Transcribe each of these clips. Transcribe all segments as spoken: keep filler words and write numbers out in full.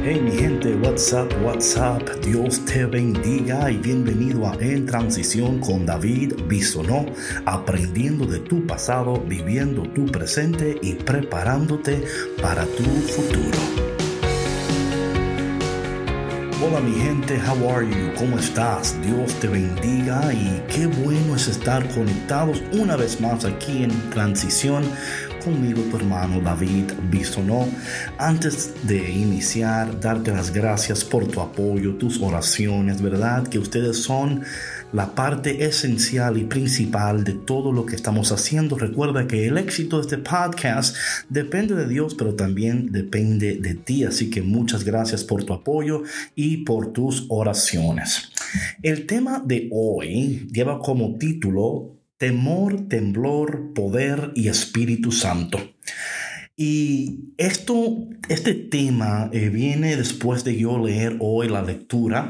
Hey mi gente, what's up, what's up, Dios te bendiga y bienvenido a En Transición con David Bisonó, aprendiendo de tu pasado, viviendo tu presente y preparándote para tu futuro. Hola mi gente, how are you? ¿Cómo estás? Dios te bendiga y qué bueno es estar conectados una vez más aquí en Transición conmigo, tu hermano David Bisonó. Antes de iniciar, darte las gracias por tu apoyo, tus oraciones, ¿verdad? Que ustedes son la parte esencial y principal de todo lo que estamos haciendo. Recuerda que el éxito de este podcast depende de Dios, pero también depende de ti. Así que muchas gracias por tu apoyo y por tus oraciones. El tema de hoy lleva como título Temor, temblor, poder y Espíritu Santo. Y esto, este tema eh, viene después de yo leer hoy la lectura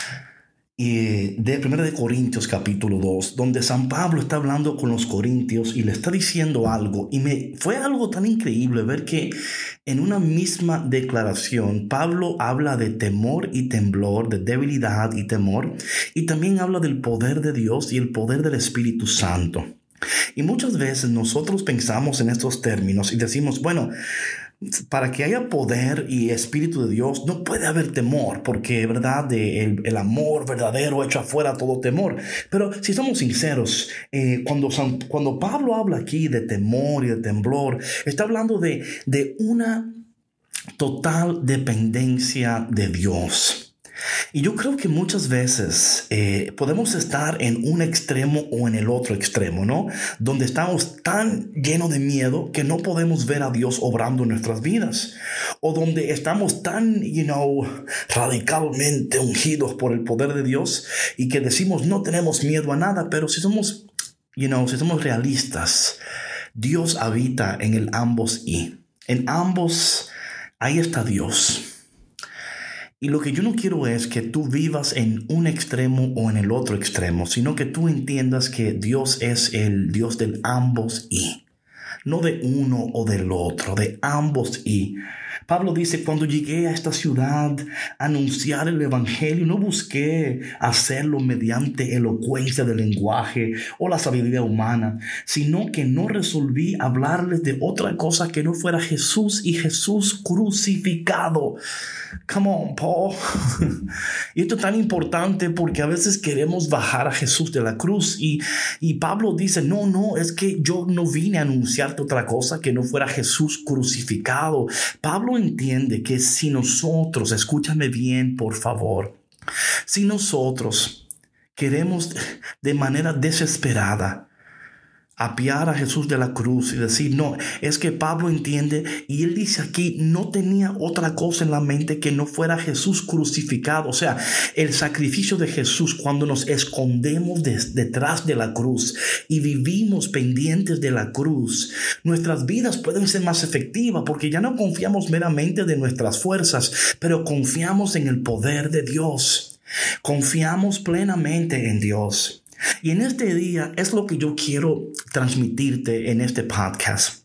eh, de primera de Corintios capítulo dos, donde San Pablo está hablando con los corintios y le está diciendo algo. Y me fue algo tan increíble ver que en una misma declaración Pablo habla de temor y temblor, de debilidad y temor, y también habla del poder de Dios y el poder del Espíritu Santo. Y muchas veces nosotros pensamos en estos términos y decimos, bueno, para que haya poder y Espíritu de Dios no puede haber temor, porque verdad de el, el amor verdadero echa afuera todo temor. Pero si somos sinceros, eh, cuando, San, cuando Pablo habla aquí de temor y de temblor, está hablando de, de una total dependencia de Dios. Y yo creo que muchas veces eh, podemos estar en un extremo o en el otro extremo, ¿no? Donde estamos tan llenos de miedo que no podemos ver a Dios obrando en nuestras vidas. O donde estamos tan, you know, radicalmente ungidos por el poder de Dios y que decimos no tenemos miedo a nada. Pero si somos, you know, si somos realistas, Dios habita en el ambos y. En ambos, ahí está Dios. Y lo que yo no quiero es que tú vivas en un extremo o en el otro extremo, sino que tú entiendas que Dios es el Dios del ambos y. No de uno o del otro, de ambos y. Pablo dice, cuando llegué a esta ciudad a anunciar el evangelio, no busqué hacerlo mediante elocuencia del lenguaje o la sabiduría humana, sino que no resolví hablarles de otra cosa que no fuera Jesús y Jesús crucificado. Come on, Paul. Y esto es tan importante porque a veces queremos bajar a Jesús de la cruz y, y Pablo dice, no, no, es que yo no vine a anunciarte otra cosa que no fuera Jesús crucificado. Pablo entiende que si nosotros, escúchame bien, por favor, si nosotros queremos de manera desesperada apiar a Jesús de la cruz y decir, no, es que Pablo entiende y él dice aquí, no tenía otra cosa en la mente que no fuera Jesús crucificado. O sea, el sacrificio de Jesús cuando nos escondemos de, detrás de la cruz y vivimos pendientes de la cruz, nuestras vidas pueden ser más efectivas porque ya no confiamos meramente de nuestras fuerzas, pero confiamos en el poder de Dios. Confiamos plenamente en Dios. Y en este día es lo que yo quiero transmitirte en este podcast.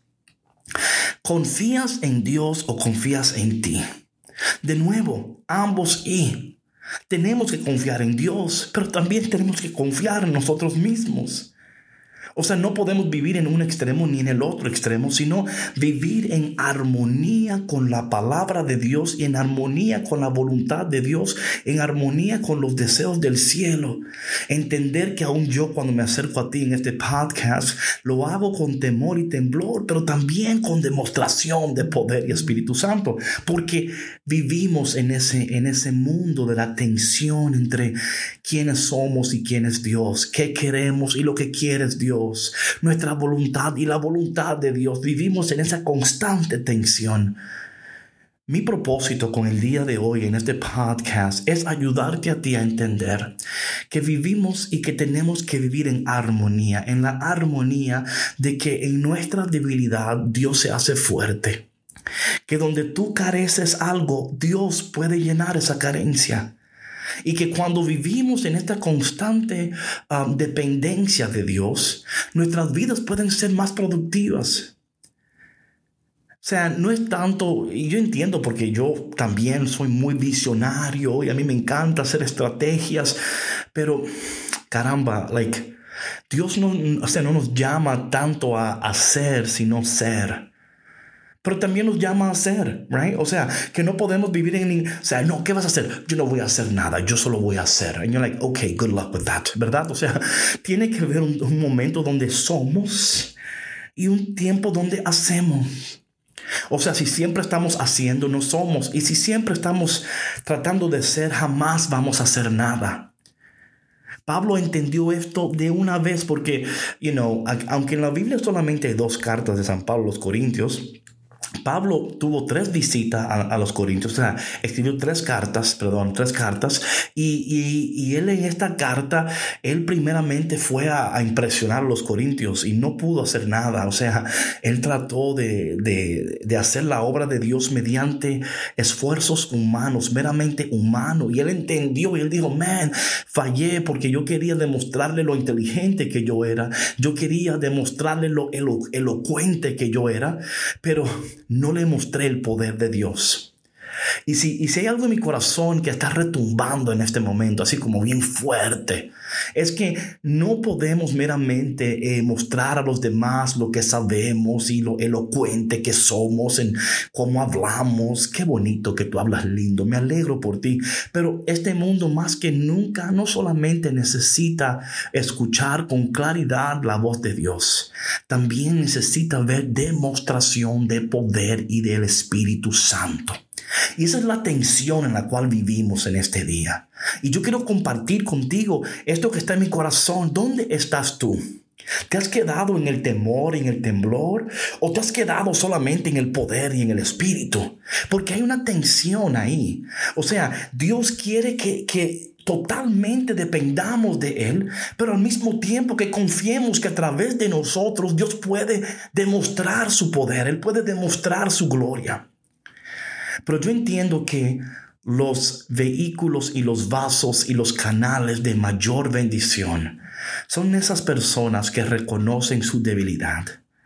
¿Confías en Dios o confías en ti? De nuevo, ambos y. Tenemos que confiar en Dios, pero también tenemos que confiar en nosotros mismos. O sea, no podemos vivir en un extremo ni en el otro extremo, sino vivir en armonía con la palabra de Dios y en armonía con la voluntad de Dios, en armonía con los deseos del cielo. Entender que aún yo cuando me acerco a ti en este podcast, lo hago con temor y temblor, pero también con demostración de poder y Espíritu Santo, porque vivimos en ese, en ese mundo de la tensión entre quiénes somos y quién es Dios, qué queremos y lo que quiere es Dios. Nuestra voluntad y la voluntad de Dios. Vivimos en esa constante tensión. Mi propósito con el día de hoy en este podcast es ayudarte a ti a entender que vivimos y que tenemos que vivir en armonía, en la armonía de que en nuestra debilidad Dios se hace fuerte. Que donde tú careces algo, Dios puede llenar esa carencia. Y que cuando vivimos en esta constante um, dependencia de Dios, nuestras vidas pueden ser más productivas. sea, no es tanto, y yo entiendo porque yo también soy muy visionario y a mí me encanta hacer estrategias, pero caramba, like, Dios no, o sea, no nos llama tanto a hacer, sino ser. Pero también nos llama a hacer, right? O sea, que no podemos vivir en... O sea, no, ¿qué vas a hacer? Yo no voy a hacer nada, yo solo voy a hacer. And you're like, okay, good luck with that, ¿verdad? O sea, tiene que haber un, un momento donde somos y un tiempo donde hacemos. O sea, si siempre estamos haciendo, no somos. Y si siempre estamos tratando de ser, jamás vamos a hacer nada. Pablo entendió esto de una vez porque, you know, aunque en la Biblia solamente hay dos cartas de San Pablo a los Corintios, Pablo tuvo tres visitas a, a los Corintios, o sea, escribió tres cartas, perdón, tres cartas, y, y, y él en esta carta, él primeramente fue a, a impresionar a los Corintios y no pudo hacer nada, o sea, él trató de, de, de hacer la obra de Dios mediante esfuerzos humanos, meramente humanos, y él entendió y él dijo, man, fallé porque yo quería demostrarle lo inteligente que yo era, yo quería demostrarle lo elo, elocuente que yo era, pero no le mostré el poder de Dios. Y si, y si hay algo en mi corazón que está retumbando en este momento, así como bien fuerte, es que no podemos meramente eh, mostrar a los demás lo que sabemos y lo elocuente que somos, en cómo hablamos. Qué bonito que tú hablas lindo, me alegro por ti. Pero este mundo más que nunca no solamente necesita escuchar con claridad la voz de Dios, también necesita ver demostración de poder y del Espíritu Santo. Y esa es la tensión en la cual vivimos en este día. Y yo quiero compartir contigo esto que está en mi corazón. ¿Dónde estás tú? ¿Te has quedado en el temor y en el temblor? ¿O te has quedado solamente en el poder y en el espíritu? Porque hay una tensión ahí. O sea, Dios quiere que, que totalmente dependamos de Él, pero al mismo tiempo que confiemos que a través de nosotros Dios puede demostrar su poder. Él puede demostrar su gloria. Pero yo entiendo que los vehículos y los vasos y los canales de mayor bendición son esas personas que reconocen su debilidad.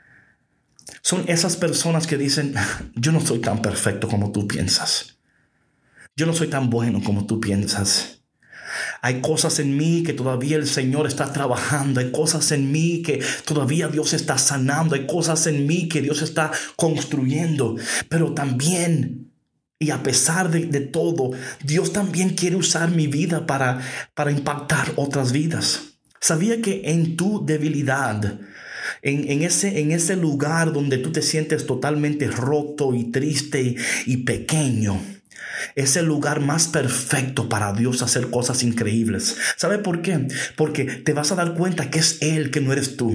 Son esas personas que dicen, yo no soy tan perfecto como tú piensas. Yo no soy tan bueno como tú piensas. Hay cosas en mí que todavía el Señor está trabajando. Hay cosas en mí que todavía Dios está sanando. Hay cosas en mí que Dios está construyendo. Pero también... Y a pesar de, de todo, Dios también quiere usar mi vida para, para impactar otras vidas. ¿Sabía que en tu debilidad, en, en, ese, en ese lugar donde tú te sientes totalmente roto y triste y, y pequeño, es el lugar más perfecto para Dios hacer cosas increíbles? ¿Sabe por qué? Porque te vas a dar cuenta que es Él, que no eres tú.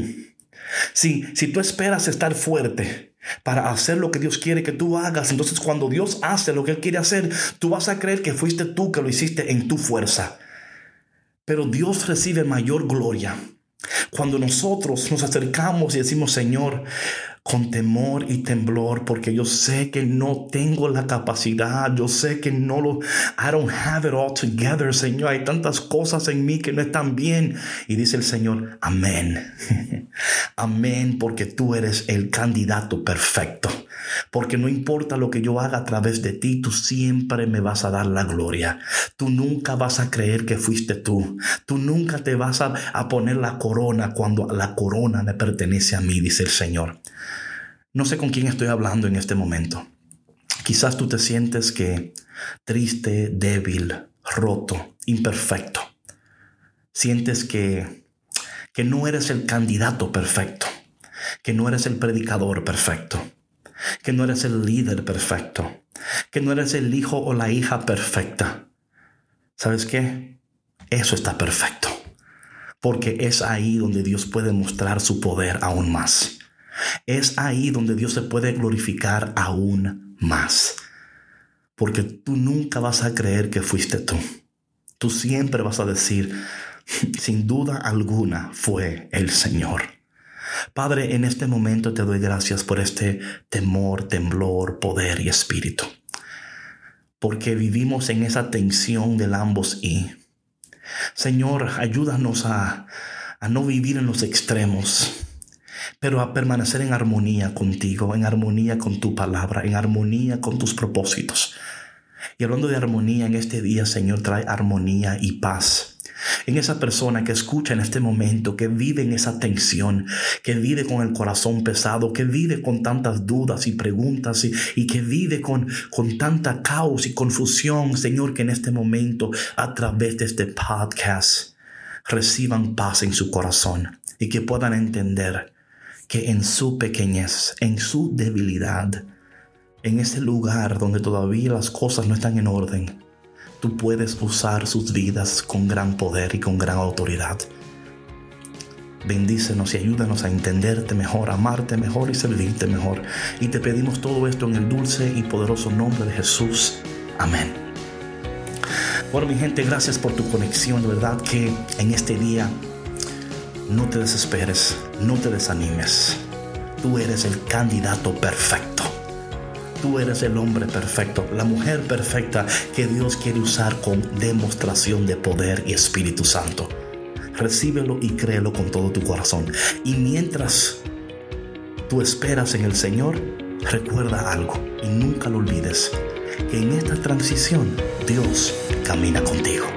Si, si tú esperas estar fuerte para hacer lo que Dios quiere que tú hagas, entonces cuando Dios hace lo que Él quiere hacer, tú vas a creer que fuiste tú que lo hiciste en tu fuerza. Pero Dios recibe mayor gloria cuando nosotros nos acercamos y decimos, Señor, con temor y temblor, porque yo sé que no tengo la capacidad, yo sé que no lo, I don't have it all together, Señor, hay tantas cosas en mí que no están bien. Y dice el Señor, amén, amén, porque tú eres el candidato perfecto, porque no importa lo que yo haga a través de ti, tú siempre me vas a dar la gloria. Tú nunca vas a creer que fuiste tú, tú nunca te vas a, a poner la corona cuando la corona me pertenece a mí, dice el Señor. No sé con quién estoy hablando en este momento. Quizás tú te sientes que triste, débil, roto, imperfecto. Sientes que, que no eres el candidato perfecto, que no eres el predicador perfecto, que no eres el líder perfecto, que no eres el hijo o la hija perfecta. ¿Sabes qué? Eso está perfecto, porque es ahí donde Dios puede mostrar su poder aún más. Es ahí donde Dios se puede glorificar aún más. Porque tú nunca vas a creer que fuiste tú. Tú siempre vas a decir, sin duda alguna fue el Señor. Padre, en este momento te doy gracias por este temor, temblor, poder y espíritu. Porque vivimos en esa tensión del ambos y. Señor, ayúdanos a, a no vivir en los extremos. pero a permanecer en armonía contigo, en armonía con tu palabra, en armonía con tus propósitos. Y hablando de armonía, en este día, Señor, trae armonía y paz en esa persona que escucha en este momento, que vive en esa tensión, que vive con el corazón pesado, que vive con tantas dudas y preguntas y, y que vive con, con tanta caos y confusión, Señor, que en este momento, a través de este podcast, reciban paz en su corazón y que puedan entender que en su pequeñez, en su debilidad, en ese lugar donde todavía las cosas no están en orden, tú puedes usar sus vidas con gran poder y con gran autoridad. Bendícenos y ayúdanos a entenderte mejor, amarte mejor y servirte mejor. Y te pedimos todo esto en el dulce y poderoso nombre de Jesús. Amén. Bueno, mi gente, gracias por tu conexión. De verdad que en este día no te desesperes, no te desanimes. Tú eres el candidato perfecto. Tú eres el hombre perfecto, la mujer perfecta que Dios quiere usar con demostración de poder y Espíritu Santo. Recíbelo y créelo con todo tu corazón. Y mientras tú esperas en el Señor, recuerda algo y nunca lo olvides, que en esta transición Dios camina contigo.